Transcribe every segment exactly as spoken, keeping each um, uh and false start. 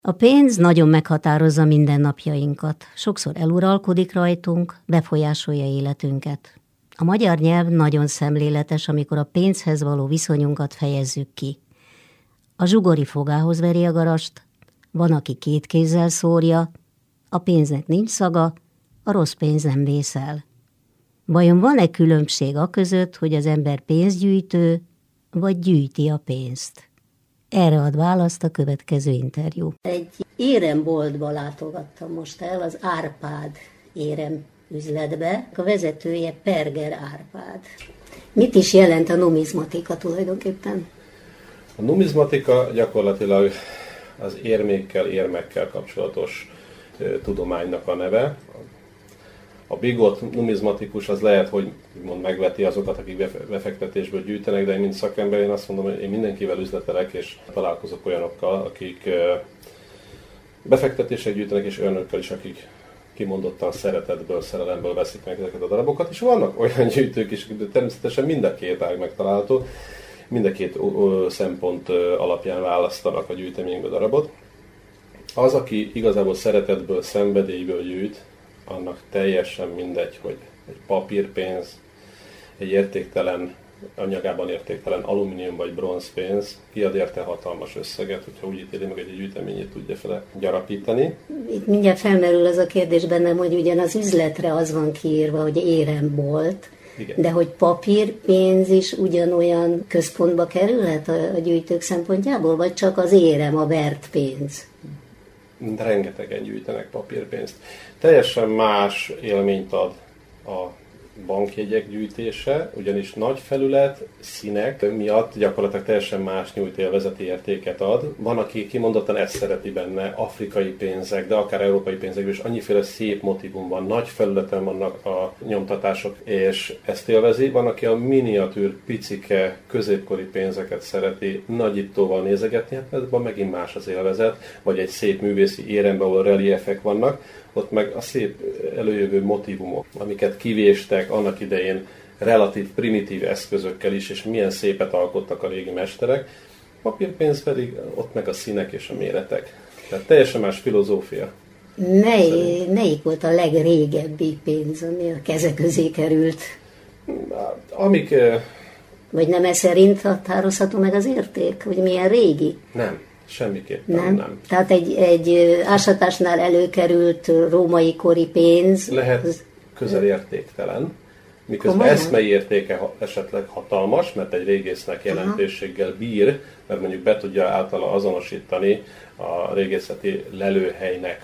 A pénz nagyon meghatározza mindennapjainkat. Sokszor eluralkodik rajtunk, befolyásolja életünket. A magyar nyelv nagyon szemléletes, amikor a pénzhez való viszonyunkat fejezzük ki. A zsugori fogához veri a garast, van, aki két kézzel szórja, a pénznek nincs szaga, a rossz pénz nem vészel. Vajon van-e különbség a között, hogy az ember pénzgyűjtő, vagy gyűjti a pénzt? Erre ad választ a következő interjú. Egy éremboltba látogattam most el, az Árpád érem üzletbe. A vezetője Perger Árpád. Mit is jelent a numizmatika tulajdonképpen? A numizmatika gyakorlatilag az érmékkel, érmekkel kapcsolatos tudománynak a neve. A bigot numizmatikus az lehet, hogy mond, megveti azokat, akik befektetésből gyűjtenek, de én mint szakember én azt mondom, hogy én mindenkivel üzletelek, és találkozok olyanokkal, akik befektetések gyűjtenek, és olyanokkel is, akik kimondottan szeretetből, szerelemből veszik meg ezeket a darabokat, és vannak olyan gyűjtők is, de természetesen mind a két ág megtalálható, mind a két szempont alapján választanak a gyűjteménybe darabot. Az, aki igazából szeretetből, szenvedélyből gyűjt, annak teljesen mindegy, hogy egy papírpénz, egy értéktelen, anyagában értéktelen alumínium vagy bronzpénz kiad érte hatalmas összeget, hogyha úgy ítéli meg, hogy egy gyűjteményét tudja fele gyarapítani. Itt mindjárt felmerül az a kérdés bennem, hogy ugyan az üzletre az van kiírva, hogy érembolt, igen. De hogy papírpénz is ugyanolyan központba kerülhet a gyűjtők szempontjából, vagy csak az érem, a vert pénz? Rengetegen gyűjtenek papírpénzt. Teljesen más élményt ad a bankjegyek gyűjtése, ugyanis nagy felület, színek miatt gyakorlatilag teljesen más nyújt élvezeti értéket ad. Van, aki kimondottan ezt szereti benne, afrikai pénzek, de akár európai pénzekből is annyiféle szép motivum van, nagy felületen vannak a nyomtatások, és ezt élvezi. Van, aki a miniatűr, picike, középkori pénzeket szereti nagyítóval nézegetni, hát ebben megint más az élvezet, vagy egy szép művészi éremben, ahol reliefek vannak, ott meg a szép előjövő motivumok, amiket kivéstek annak idején relatív primitív eszközökkel is, és milyen szépet alkottak a régi mesterek. Papírpénz pedig ott meg a színek és a méretek. Tehát teljesen más filozófia. Mely, melyik volt a legrégebbi pénz, ami a keze közé került? Amik... Vagy nem ez szerint határozható meg az érték? Hogy milyen régi? Nem. Semmiképpen nem. nem. Tehát egy, egy ásatásnál előkerült római kori pénz... Lehet az... közel értéktelen, miközben eszmei értéke esetleg hatalmas, mert egy régésznek jelentőséggel bír, mert mondjuk be tudja általa azonosítani a régészeti lelőhelynek,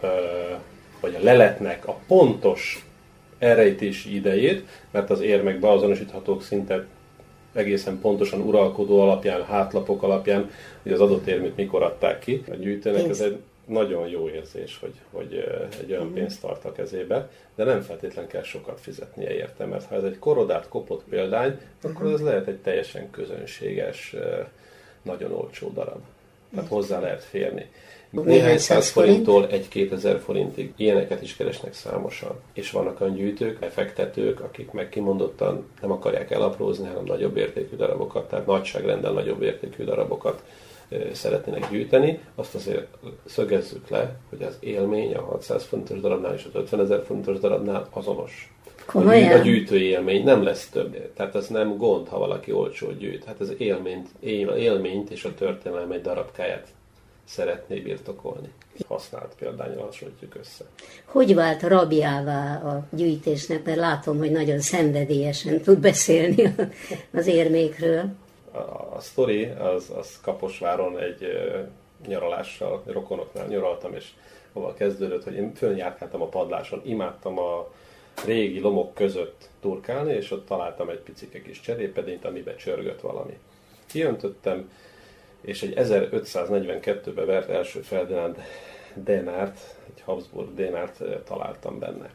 vagy a leletnek a pontos elrejtési idejét, mert az érmek beazonosíthatók szinte egészen pontosan uralkodó alapján, hátlapok alapján, hogy az adott érmét mikor adták ki. A gyűjtőnek ez egy nagyon jó érzés, hogy, hogy egy olyan pénzt tart a kezébe, de nem feltétlenül kell sokat fizetnie érte, mert ha ez egy korodát kopott példány, akkor ez lehet egy teljesen közönséges, nagyon olcsó darab. Tehát hozzá lehet férni. Néhány száz forinttól egy-kétezer forintig ilyeneket is keresnek számosan. És vannak olyan gyűjtők, befektetők, akik meg kimondottan nem akarják elaprózni, hanem nagyobb értékű darabokat, tehát nagyságrendel nagyobb értékű darabokat szeretnének gyűjteni. Azt azért szögezzük le, hogy az élmény a hatszáz forintos darabnál és az ötvenezer forintos darabnál azonos. Komolyan? A gyűjtői élmény nem lesz több. Tehát ez nem gond, ha valaki olcsó gyűjt. Hát az élményt, élményt és a történelem egy darabkáját szeretné birtokolni. Használt példánnyal hasonlítjuk össze. Hogy vált rabjává a gyűjtésnek? Mert látom, hogy nagyon szenvedélyesen tud beszélni az érmékről. A, a sztori az, az Kaposváron egy uh, nyaralással, rokonoknál nyaraltam, és hova kezdődött, hogy én fölnjárkáltam a padláson, imádtam a régi lomok között turkálni, és ott találtam egy picike kis cserépedényt, amiben csörgött valami. Kijöntöttem, és egy ezerötszáznegyvenkettőben vert első Ferdinand denárt, egy Habsburg denárt találtam benne.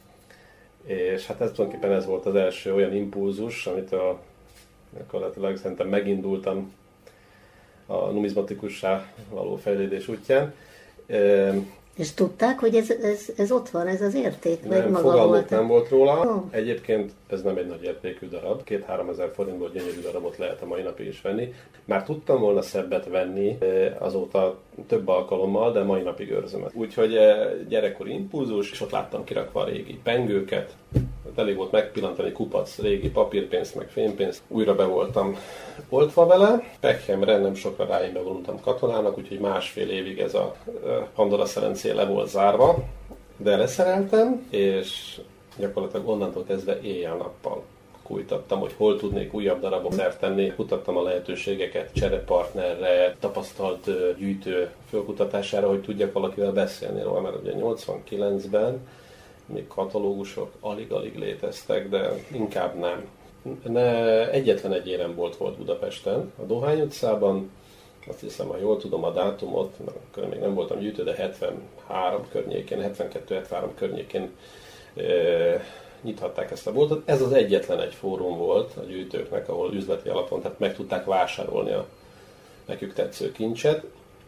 És hát ez tulajdonképpen ez volt az első olyan impulzus, amit a, gyakorlatilag szerintem megindultam a numizmatikussá való fejlődés útján. És tudták, hogy ez, ez, ez ott van, ez az érték? Vagy nem, maga fogalmuk volt? nem volt róla. Oh. Egyébként ez nem egy nagy értékű darab. Két-három ezer forintból gyönyörű darabot lehet a mai napig is venni. Már tudtam volna szebbet venni azóta több alkalommal, de mai napig őrzöm. Úgyhogy gyerekkori impulzus, és ott láttam kirakva a régi pengőket. Elég volt megpillantani kupac régi papírpénzt, meg fénypénzt. Újra be voltam oltva vele. Pekhemre nem sokra rá én bevonultam katonának, úgyhogy másfél évig ez a Pandora szelencé le volt zárva. De leszereltem, és gyakorlatilag onnantól kezdve éjjel-nappal kújtattam, hogy hol tudnék újabb darabot szertenni. Kutattam a lehetőségeket cserepartnerre, tapasztalt gyűjtő fölkutatására, hogy tudjak valakivel beszélni róla, mert ugye nyolcvankilencben még katalógusok alig-alig léteztek, de inkább nem. Ne, egyetlen egy érembolt volt Budapesten, a Dohány utcában, azt hiszem, ha jól tudom a dátumot, mert akkor még nem voltam gyűjtő, de hetvenhárom környékén, hetvenkettő hetvenhárom környékén e, nyithatták ezt a boltot. Ez az egyetlen egy fórum volt a gyűjtőknek, ahol üzleti alapon, tehát meg tudták vásárolni a nekük tetsző kincset,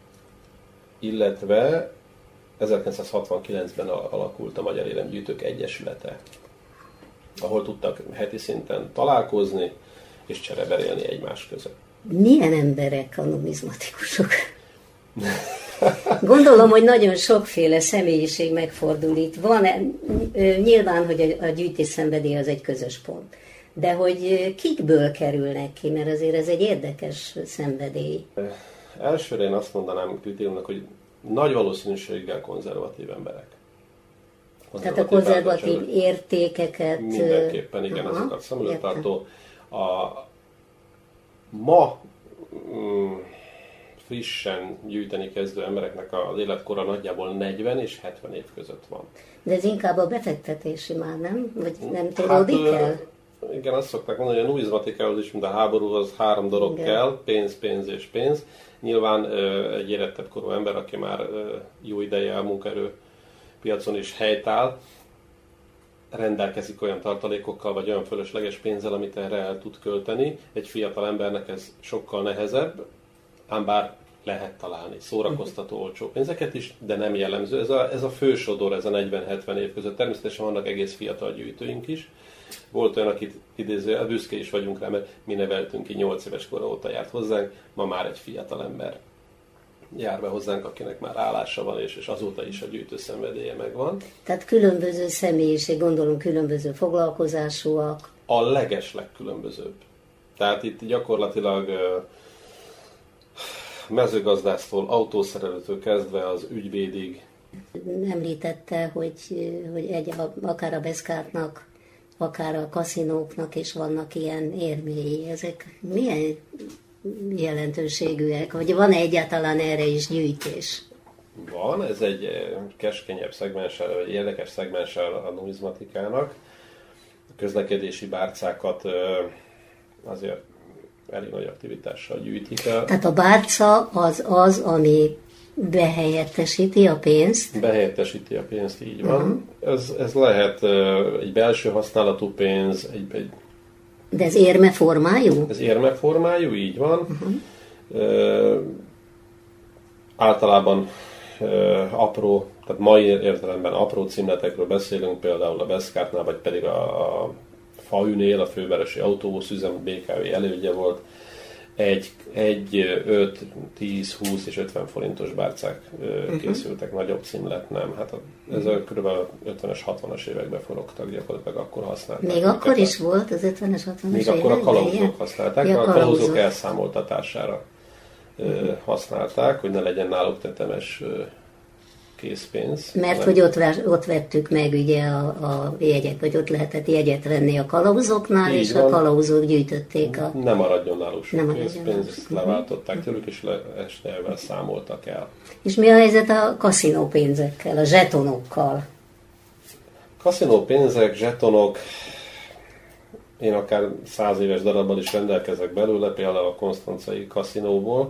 illetve ezerkilencszázhatvankilencben alakult a Magyar Éremgyűjtők Egyesülete, ahol tudtak heti szinten találkozni és csereberélni egymás között. Milyen emberek a numizmatikusok? Gondolom, hogy nagyon sokféle személyiség megfordul itt. Van, nyilván, hogy a gyűjtés szenvedély az egy közös pont. De hogy kikből kerülnek ki, mert azért ez egy érdekes szenvedély. Elsőre én azt mondanám kritériumnak, hogy nagy valószínűséggel konzervatív emberek. Konzervatív Tehát a konzervatív áldacság, értékeket... Mindenképpen, igen, aha, ezeket szem előtt tartó. A ma mm, frissen gyűjteni kezdő embereknek az életkora nagyjából negyven és hetven év között van. De ez inkább a befektetési már, nem? Vagy nem tudódik hát, el? Igen, azt szokták mondani, hogy a numizmatikához is, mint a háborúhoz három dolog igen. kell, pénz, pénz és pénz. Nyilván egy érettebb korú ember, aki már jó ideje a munkaerő piacon is helytáll, rendelkezik olyan tartalékokkal, vagy olyan fölösleges pénzzel, amit erre el tud költeni. Egy fiatal embernek ez sokkal nehezebb, ám bár lehet találni szórakoztató olcsó pénzeket is, de nem jellemző. Ez a, ez a fősodor, ez a negyven-hetven év között. Természetesen vannak egész fiatal gyűjtőink is. Volt olyan, akit idéző, büszke is vagyunk rá, mert mi neveltünk ki, nyolc éves kora óta járt hozzánk, ma már egy fiatal ember jár be hozzánk, akinek már állása van, és, és azóta is a gyűjtő szenvedélye megvan. Tehát különböző személyiség, gondolom különböző foglalkozásúak. A legesleg különbözőbb. Tehát itt gyakorlatilag mezőgazdásztól, autószerelőtől kezdve az ügyvédig. Említette, hogy, hogy egy, akár a Beszkártnak, akár a kaszinóknak is vannak ilyen érméi. Ezek milyen jelentőségűek? Vagy van-e egyáltalán erre is gyűjtés? Van, ez egy keskenyebb szegmenssel, vagy érdekes szegmenssel a numizmatikának. A közlekedési bárcákat azért elég nagy aktivitással gyűjtik. Tehát a bárca az az, ami behelyettesíti a pénzt? Behelyettesíti a pénzt, így van. Uh-huh. Ez, ez lehet egy belső használatú pénz, egy, egy De ez érmeformájú? Ez érmeformájú, így van. Uh-huh. E, általában e, apró, tehát mai értelemben apró címletekről beszélünk, például a Beszkártnál, vagy pedig a, a Faünél, a fővárosi autóbuszüzem bé ká vé elődje volt. Egy, egy, öt, tíz, húsz és ötven forintos bárcák uh-huh. készültek, nagyobb címlet nem. Hát a, ez a kb. ötvenes, hatvanas években forogtak, gyakorlatilag akkor használták. Még akkor a, is volt az ötvenes, hatvanas években? Még akkor a kalauzok használták, ja, a kalauzok elszámoltatására uh-huh. használták, hogy ne legyen náluk tetemes készpénz. Mert hogy ott, ott vettük meg ugye a, a jegyet, vagy ott lehetett jegyet venni a kalauzoknál, így és van. A kalauzok gyűjtötték a... Nem maradjon náluk sok készpénz, ezt leváltották tőlük, és estével számoltak el. És mi a helyzet a kaszinópénzekkel, a zsetonokkal? Kaszinópénzek, zsetonok, én akár száz éves darabbal is rendelkezek belőle, például a konstancai kaszinóból.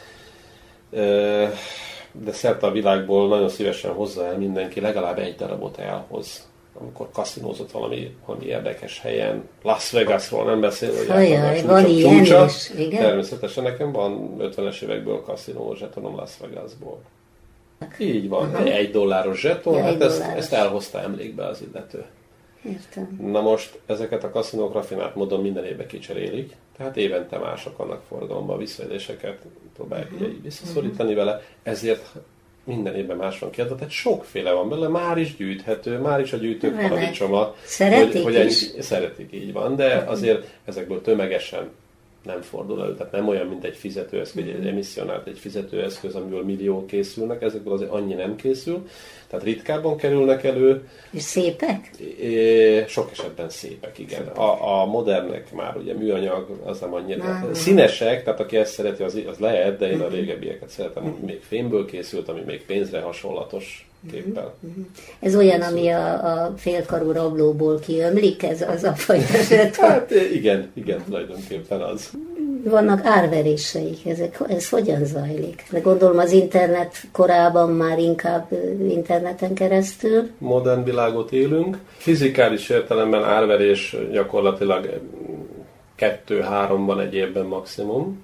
De szerte a világból nagyon szívesen hozza el mindenki, legalább egy darabot elhoz, amikor kaszinózott valami, valami érdekes helyen. Las Vegasról nem beszél, hogy Ajaj, van ilyen csúcsa. is, igen? Természetesen nekem van ötvenes évekből kaszinó zsetonom Las Vegasból. Így van, Aha. egy dolláros zseton, ja, hát ezt, ezt elhozta emlékbe az illető. Értem. Na most ezeket a kaszinók rafinált módon minden évben kicserélik, tehát évente mások vannak forgalomban, a visszaéléseket próbálják uh-huh. így visszaszorítani uh-huh. vele, ezért minden évben más van kiadva, tehát sokféle van belőle, már is gyűjthető, már is a gyűjtők paradicsoma. Szeretik hogy, hogy is? Ennyi, szeretik, így van, de azért ezekből tömegesen nem fordul elő, tehát nem olyan, mint egy fizetőeszköz, egy emissionált egy fizetőeszköz, amiből milliók készülnek, ezekből azért annyi nem készül, tehát ritkábban kerülnek elő. És szépek? É, sok esetben szépek, igen. A, a modernek már ugye műanyag, az nem annyira. Ah, Színesek, tehát aki ezt szereti, az, az lehet, de én a régebbieket szeretem, ami még fémből készült, ami még pénzre hasonlatos képpel. Ez olyan, ami a, a félkarú rablóból kiömlik, ez az a fajta zseton? Hát igen, igen, tulajdonképpen az. Vannak árveréseik, ezek, ez hogyan zajlik? De gondolom az internet korában már inkább interneten keresztül. Modern világot élünk. Fizikális értelemben árverés gyakorlatilag kettő-három van egy évben maximum.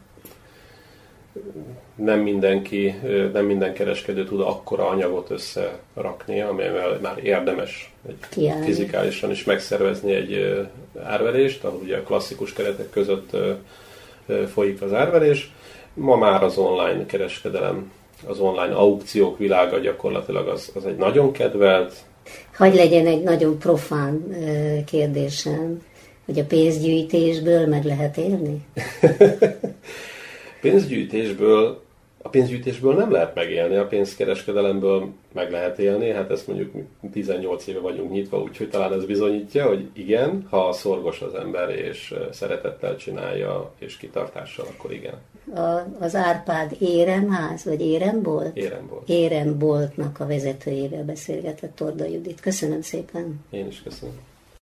Nem mindenki, nem minden kereskedő tud akkora anyagot összerakni, amivel már érdemes egy Kiállni. fizikálisan is megszervezni egy árverést, ahol ugye a klasszikus keretek között folyik az árverés. Ma már az online kereskedelem, az online aukciók világa gyakorlatilag az, az egy nagyon kedvelt. Hagy legyen egy nagyon profán kérdésem, hogy a pénzgyűjtésből meg lehet élni? pénzgyűjtésből, a pénzgyűjtésből nem lehet megélni, a pénzkereskedelemből meg lehet élni, hát ezt mondjuk tizennyolc éve vagyunk nyitva, úgyhogy talán ez bizonyítja, hogy igen, ha szorgos az ember és szeretettel csinálja és kitartással, akkor igen. A, az Árpád Éremház, vagy Érembolt? Érembolt. Éremboltnak a vezetőjével beszélgetett Torda Judit. Köszönöm szépen. Én is köszönöm.